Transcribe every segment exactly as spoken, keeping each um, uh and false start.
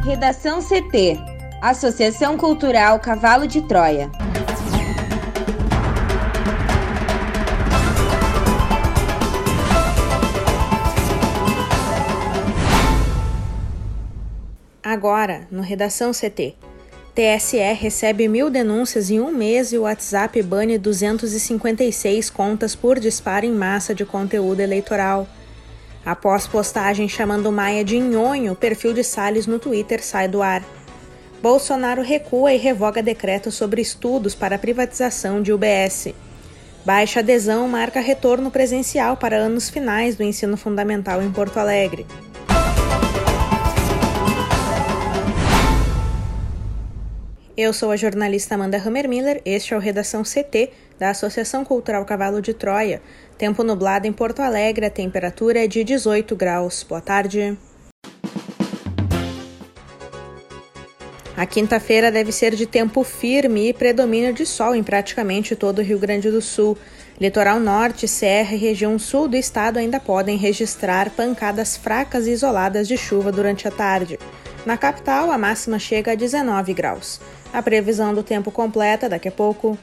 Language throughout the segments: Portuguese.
Redação C T, Associação Cultural Cavalo de Troia. Agora, no Redação C T. T S E recebe mil denúncias em um mês e o WhatsApp bane duzentas e cinquenta e seis contas por disparo em massa de conteúdo eleitoral. Após postagem chamando Maia de nhonho, o perfil de Salles no Twitter sai do ar. Bolsonaro recua e revoga decreto sobre estudos para a privatização de U B S. Baixa adesão marca retorno presencial para anos finais do ensino fundamental em Porto Alegre. Eu sou a jornalista Amanda Hammermiller, este é o Redação C T, da Associação Cultural Cavalo de Troia. Tempo nublado em Porto Alegre, a temperatura é de dezoito graus. Boa tarde. A quinta-feira deve ser de tempo firme e predomínio de sol em praticamente todo o Rio Grande do Sul. Litoral norte, serra e região sul do estado ainda podem registrar pancadas fracas e isoladas de chuva durante a tarde. Na capital, a máxima chega a dezenove graus. A previsão do tempo completa daqui a pouco.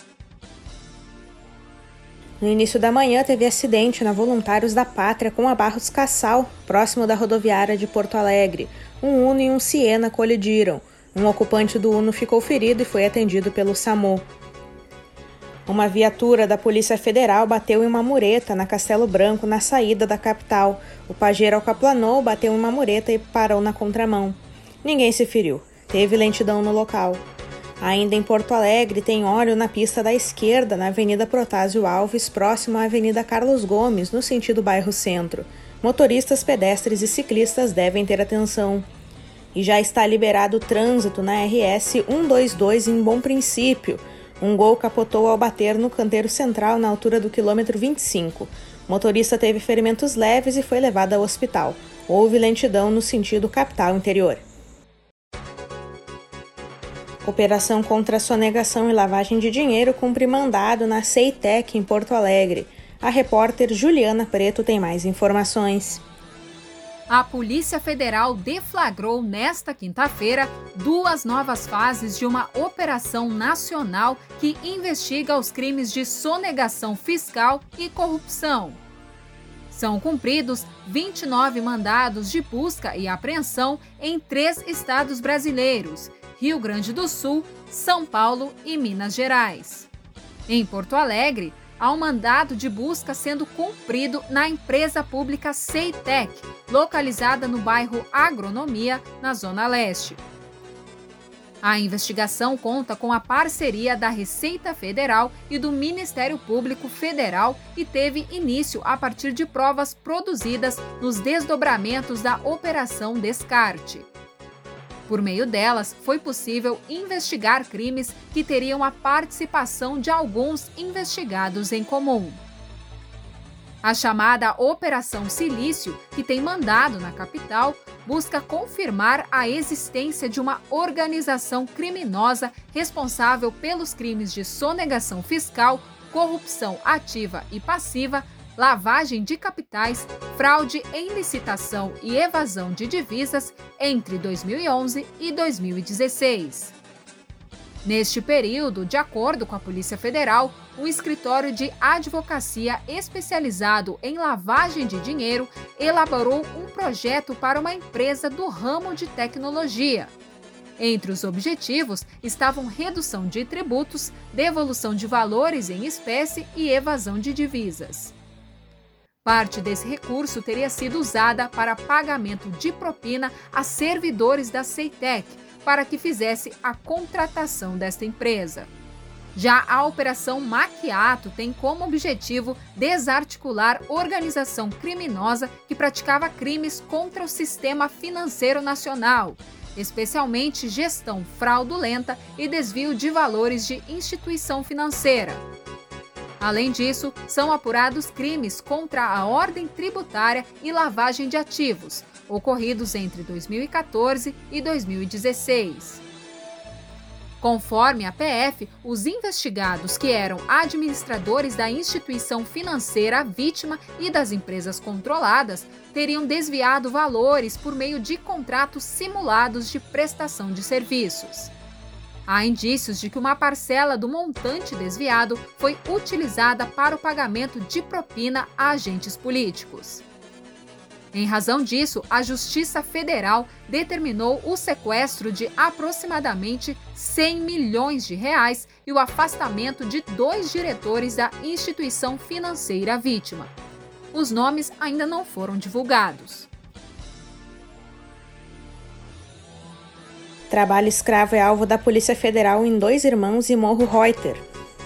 No início da manhã, teve acidente na Voluntários da Pátria com a Barros Cassal, próximo da rodoviária de Porto Alegre. Um Uno e um Siena colidiram. Um ocupante do Uno ficou ferido e foi atendido pelo SAMU. Uma viatura da Polícia Federal bateu em uma mureta na Castelo Branco, na saída da capital. O pajeiro aquaplanou, bateu em uma mureta e parou na contramão. Ninguém se feriu. Teve lentidão no local. Ainda em Porto Alegre, tem óleo na pista da esquerda, na Avenida Protásio Alves, próximo à Avenida Carlos Gomes, no sentido bairro Centro. Motoristas, pedestres e ciclistas devem ter atenção. E já está liberado o trânsito na R S cento e vinte e dois em Bom Princípio. Um Gol capotou ao bater no canteiro central na altura do quilômetro vinte e cinco. O motorista teve ferimentos leves e foi levado ao hospital. Houve lentidão no sentido capital interior. Operação contra sonegação e lavagem de dinheiro cumpre mandado na Ceitec, em Porto Alegre. A repórter Juliana Preto tem mais informações. A Polícia Federal deflagrou nesta quinta-feira duas novas fases de uma operação nacional que investiga os crimes de sonegação fiscal e corrupção. São cumpridos vinte e nove mandados de busca e apreensão em três estados brasileiros: Rio Grande do Sul, São Paulo e Minas Gerais. Em Porto Alegre, há um mandado de busca sendo cumprido na empresa pública Ceitec, localizada no bairro Agronomia, na Zona Leste. A investigação conta com a parceria da Receita Federal e do Ministério Público Federal e teve início a partir de provas produzidas nos desdobramentos da Operação Descarte. Por meio delas, foi possível investigar crimes que teriam a participação de alguns investigados em comum. A chamada Operação Silício, que tem mandado na capital, busca confirmar a existência de uma organização criminosa responsável pelos crimes de sonegação fiscal, corrupção ativa e passiva, lavagem de capitais, fraude em licitação e evasão de divisas entre dois mil e onze e dois mil e dezesseis. Neste período, de acordo com a Polícia Federal, um escritório de advocacia especializado em lavagem de dinheiro elaborou um projeto para uma empresa do ramo de tecnologia. Entre os objetivos estavam redução de tributos, devolução de valores em espécie e evasão de divisas. Parte desse recurso teria sido usada para pagamento de propina a servidores da Ceitec, para que fizesse a contratação desta empresa. Já a Operação Maquiato tem como objetivo desarticular organização criminosa que praticava crimes contra o sistema financeiro nacional, especialmente gestão fraudulenta e desvio de valores de instituição financeira. Além disso, são apurados crimes contra a ordem tributária e lavagem de ativos, ocorridos entre dois mil e quatorze e dois mil e dezesseis. Conforme a P F, os investigados, que eram administradores da instituição financeira vítima e das empresas controladas, teriam desviado valores por meio de contratos simulados de prestação de serviços. Há indícios de que uma parcela do montante desviado foi utilizada para o pagamento de propina a agentes políticos. Em razão disso, a Justiça Federal determinou o sequestro de aproximadamente cem milhões de reais e o afastamento de dois diretores da instituição financeira vítima. Os nomes ainda não foram divulgados. Trabalho escravo é alvo da Polícia Federal em Dois Irmãos e Morro Reuter.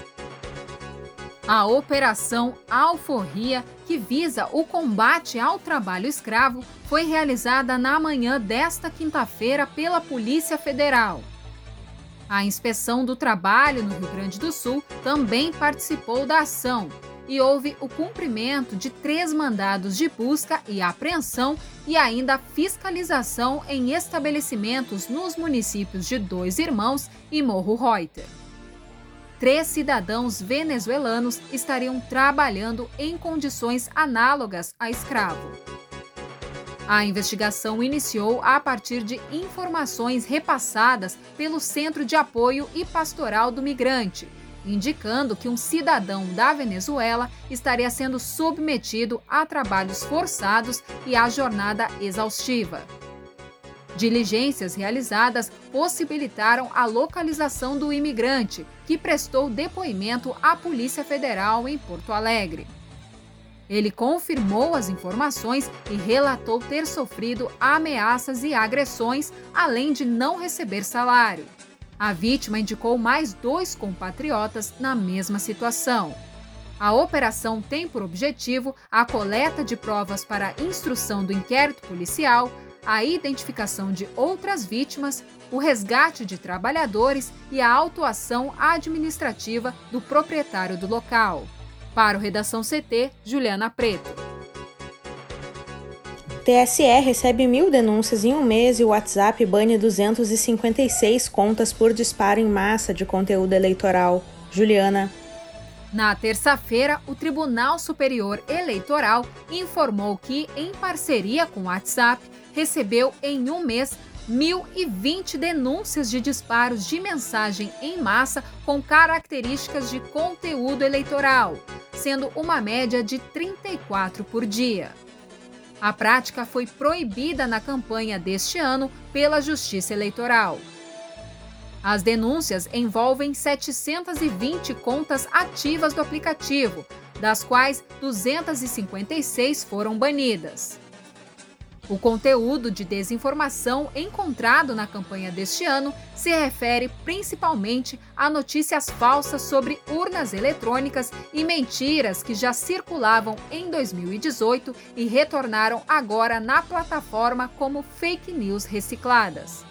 A Operação Alforria, que visa o combate ao trabalho escravo, foi realizada na manhã desta quinta-feira pela Polícia Federal. A Inspeção do Trabalho no Rio Grande do Sul também participou da ação e houve o cumprimento de três mandados de busca e apreensão e ainda fiscalização em estabelecimentos nos municípios de Dois Irmãos e Morro Reuter. Três cidadãos venezuelanos estariam trabalhando em condições análogas a escravo. A investigação iniciou a partir de informações repassadas pelo Centro de Apoio e Pastoral do Migrante, indicando que um cidadão da Venezuela estaria sendo submetido a trabalhos forçados e a jornada exaustiva. Diligências realizadas possibilitaram a localização do imigrante, que prestou depoimento à Polícia Federal em Porto Alegre. Ele confirmou as informações e relatou ter sofrido ameaças e agressões, além de não receber salário. A vítima indicou mais dois compatriotas na mesma situação. A operação tem por objetivo a coleta de provas para a instrução do inquérito policial, a identificação de outras vítimas, o resgate de trabalhadores e a autuação administrativa do proprietário do local. Para o Redação C T, Juliana Preto. T S E recebe mil denúncias em um mês e o WhatsApp bane duzentas e cinquenta e seis contas por disparo em massa de conteúdo eleitoral. Juliana. Na terça-feira, o Tribunal Superior Eleitoral informou que, em parceria com o WhatsApp, recebeu em um mês mil e vinte denúncias de disparos de mensagem em massa com características de conteúdo eleitoral, sendo uma média de trinta e quatro por dia. A prática foi proibida na campanha deste ano pela Justiça Eleitoral. As denúncias envolvem setecentas e vinte contas ativas do aplicativo, das quais duzentas e cinquenta e seis foram banidas. O conteúdo de desinformação encontrado na campanha deste ano se refere principalmente a notícias falsas sobre urnas eletrônicas e mentiras que já circulavam em dois mil e dezoito e retornaram agora na plataforma como fake news recicladas.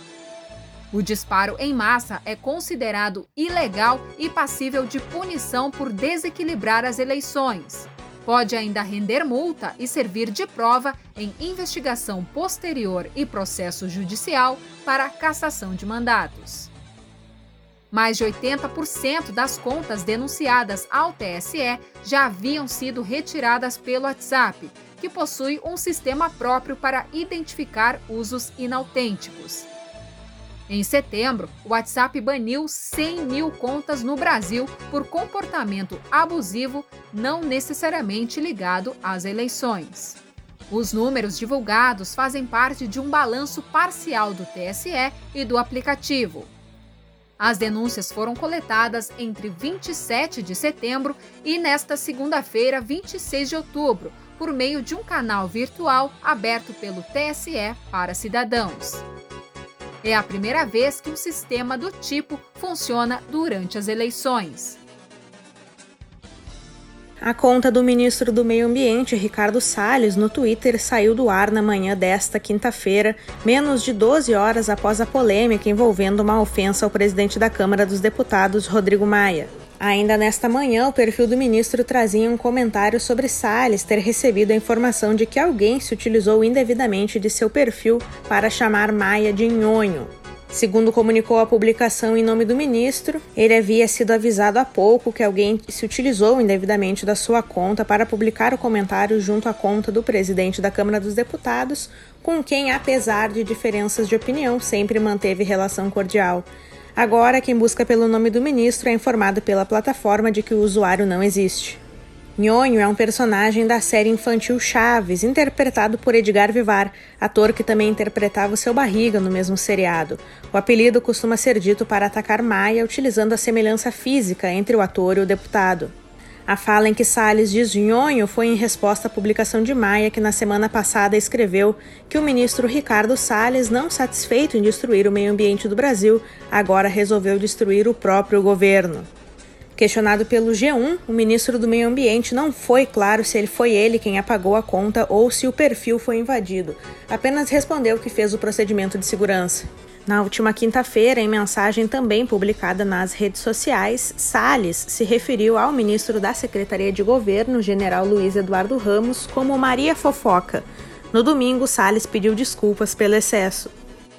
O disparo em massa é considerado ilegal e passível de punição por desequilibrar as eleições. Pode ainda render multa e servir de prova em investigação posterior e processo judicial para cassação de mandatos. Mais de oitenta por cento das contas denunciadas ao T S E já haviam sido retiradas pelo WhatsApp, que possui um sistema próprio para identificar usos inautênticos. Em setembro, o WhatsApp baniu cem mil contas no Brasil por comportamento abusivo não necessariamente ligado às eleições. Os números divulgados fazem parte de um balanço parcial do T S E e do aplicativo. As denúncias foram coletadas entre vinte e sete de setembro e nesta segunda-feira, vinte e seis de outubro, por meio de um canal virtual aberto pelo T S E para cidadãos. É a primeira vez que um sistema do tipo funciona durante as eleições. A conta do ministro do Meio Ambiente, Ricardo Salles, no Twitter saiu do ar na manhã desta quinta-feira, menos de doze horas após a polêmica envolvendo uma ofensa ao presidente da Câmara dos Deputados, Rodrigo Maia. Ainda nesta manhã, o perfil do ministro trazia um comentário sobre Salles ter recebido a informação de que alguém se utilizou indevidamente de seu perfil para chamar Maia de nhonho. Segundo comunicou a publicação em nome do ministro, ele havia sido avisado há pouco que alguém se utilizou indevidamente da sua conta para publicar o comentário junto à conta do presidente da Câmara dos Deputados, com quem, apesar de diferenças de opinião, sempre manteve relação cordial. Agora, quem busca pelo nome do ministro é informado pela plataforma de que o usuário não existe. Nhonho é um personagem da série infantil Chaves, interpretado por Edgar Vivar, ator que também interpretava o seu Barriga no mesmo seriado. O apelido costuma ser dito para atacar Maia, utilizando a semelhança física entre o ator e o deputado. A fala em que Salles diz Nhonho foi em resposta à publicação de Maia, que na semana passada escreveu que o ministro Ricardo Salles, não satisfeito em destruir o meio ambiente do Brasil, agora resolveu destruir o próprio governo. Questionado pelo G um, o ministro do Meio Ambiente não foi claro se ele foi ele quem apagou a conta ou se o perfil foi invadido. Apenas respondeu que fez o procedimento de segurança. Na última quinta-feira, em mensagem também publicada nas redes sociais, Salles se referiu ao ministro da Secretaria de Governo, general Luiz Eduardo Ramos, como Maria Fofoca. No domingo, Salles pediu desculpas pelo excesso.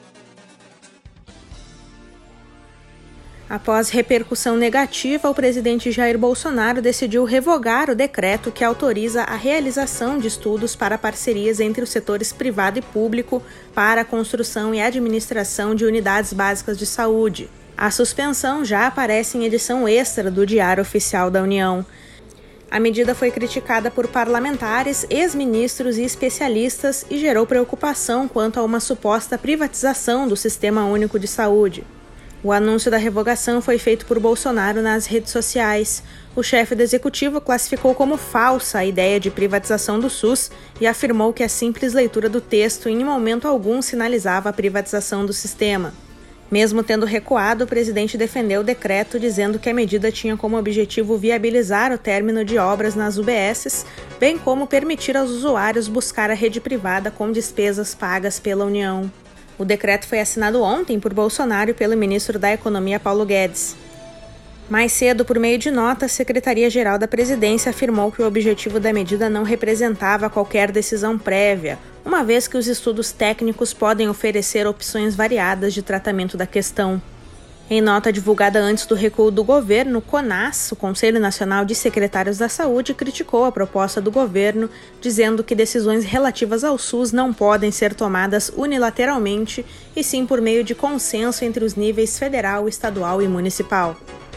Após repercussão negativa, o presidente Jair Bolsonaro decidiu revogar o decreto que autoriza a realização de estudos para parcerias entre os setores privado e público para a construção e administração de unidades básicas de saúde. A suspensão já aparece em edição extra do Diário Oficial da União. A medida foi criticada por parlamentares, ex-ministros e especialistas e gerou preocupação quanto a uma suposta privatização do Sistema Único de Saúde. O anúncio da revogação foi feito por Bolsonaro nas redes sociais. O chefe do executivo classificou como falsa a ideia de privatização do SUS e afirmou que a simples leitura do texto em momento algum sinalizava a privatização do sistema. Mesmo tendo recuado, o presidente defendeu o decreto dizendo que a medida tinha como objetivo viabilizar o término de obras nas U B Ss, bem como permitir aos usuários buscar a rede privada com despesas pagas pela União. O decreto foi assinado ontem por Bolsonaro e pelo ministro da Economia, Paulo Guedes. Mais cedo, por meio de nota, a Secretaria-Geral da Presidência afirmou que o objetivo da medida não representava qualquer decisão prévia, uma vez que os estudos técnicos podem oferecer opções variadas de tratamento da questão. Em nota divulgada antes do recuo do governo, o CONAS, o Conselho Nacional de Secretários da Saúde, criticou a proposta do governo, dizendo que decisões relativas ao SUS não podem ser tomadas unilateralmente, e sim por meio de consenso entre os níveis federal, estadual e municipal.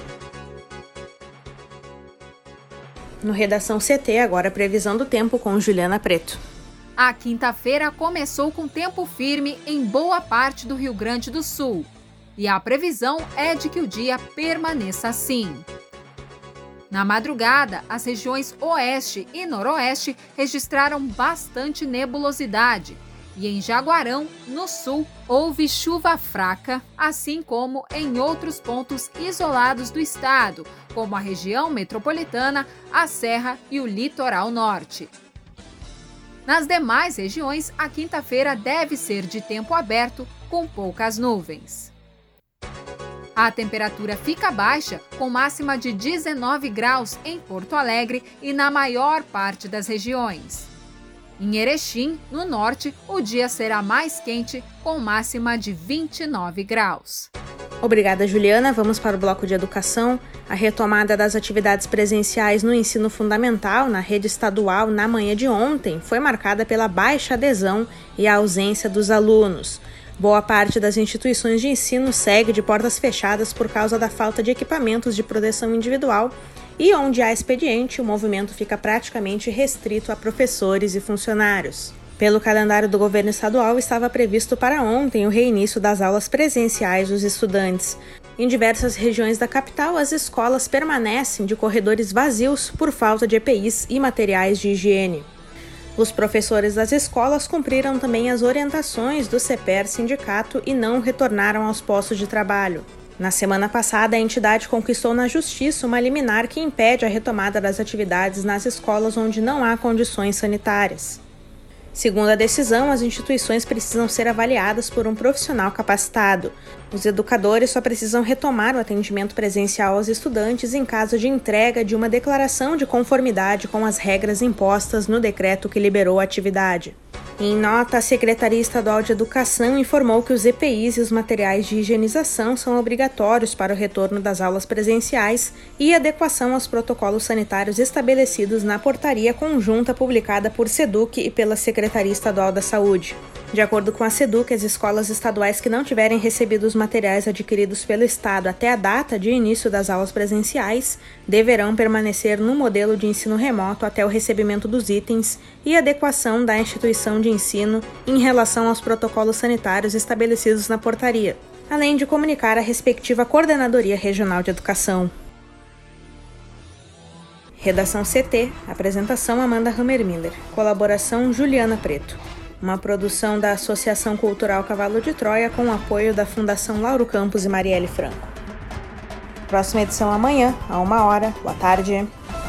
No Redação C T, agora previsão do tempo com Juliana Preto. A quinta-feira começou com tempo firme em boa parte do Rio Grande do Sul. E a previsão é de que o dia permaneça assim. Na madrugada, as regiões Oeste e Noroeste registraram bastante nebulosidade. E em Jaguarão, no sul, houve chuva fraca, assim como em outros pontos isolados do estado, como a região metropolitana, a Serra e o litoral norte. Nas demais regiões, a quinta-feira deve ser de tempo aberto, com poucas nuvens. A temperatura fica baixa, com máxima de dezenove graus em Porto Alegre e na maior parte das regiões. Em Erechim, no norte, o dia será mais quente, com máxima de vinte e nove graus. Obrigada, Juliana. Vamos para o bloco de educação. A retomada das atividades presenciais no ensino fundamental na rede estadual na manhã de ontem foi marcada pela baixa adesão e a ausência dos alunos. Boa parte das instituições de ensino segue de portas fechadas por causa da falta de equipamentos de proteção individual e onde há expediente, o movimento fica praticamente restrito a professores e funcionários. Pelo calendário do governo estadual, estava previsto para ontem o reinício das aulas presenciais dos estudantes. Em diversas regiões da capital, as escolas permanecem de corredores vazios por falta de E P Is e materiais de higiene. Os professores das escolas cumpriram também as orientações do CEPER sindicato e não retornaram aos postos de trabalho. Na semana passada, a entidade conquistou na Justiça uma liminar que impede a retomada das atividades nas escolas onde não há condições sanitárias. Segundo a decisão, as instituições precisam ser avaliadas por um profissional capacitado. Os educadores só precisam retomar o atendimento presencial aos estudantes em caso de entrega de uma declaração de conformidade com as regras impostas no decreto que liberou a atividade. Em nota, a Secretaria Estadual de Educação informou que os E P Is e os materiais de higienização são obrigatórios para o retorno das aulas presenciais e adequação aos protocolos sanitários estabelecidos na portaria conjunta publicada por SEDUC e pela Secretaria Estadual da Saúde. De acordo com a SEDUC, as escolas estaduais que não tiverem recebido os materiais adquiridos pelo Estado até a data de início das aulas presenciais deverão permanecer no modelo de ensino remoto até o recebimento dos itens e adequação da instituição de ensino em relação aos protocolos sanitários estabelecidos na portaria, além de comunicar a respectiva Coordenadoria Regional de Educação. Redação C T, apresentação Amanda Hammermiller, colaboração Juliana Preto. Uma produção da Associação Cultural Cavalo de Troia com o apoio da Fundação Lauro Campos e Marielle Franco. Próxima edição amanhã, a uma hora. Boa tarde.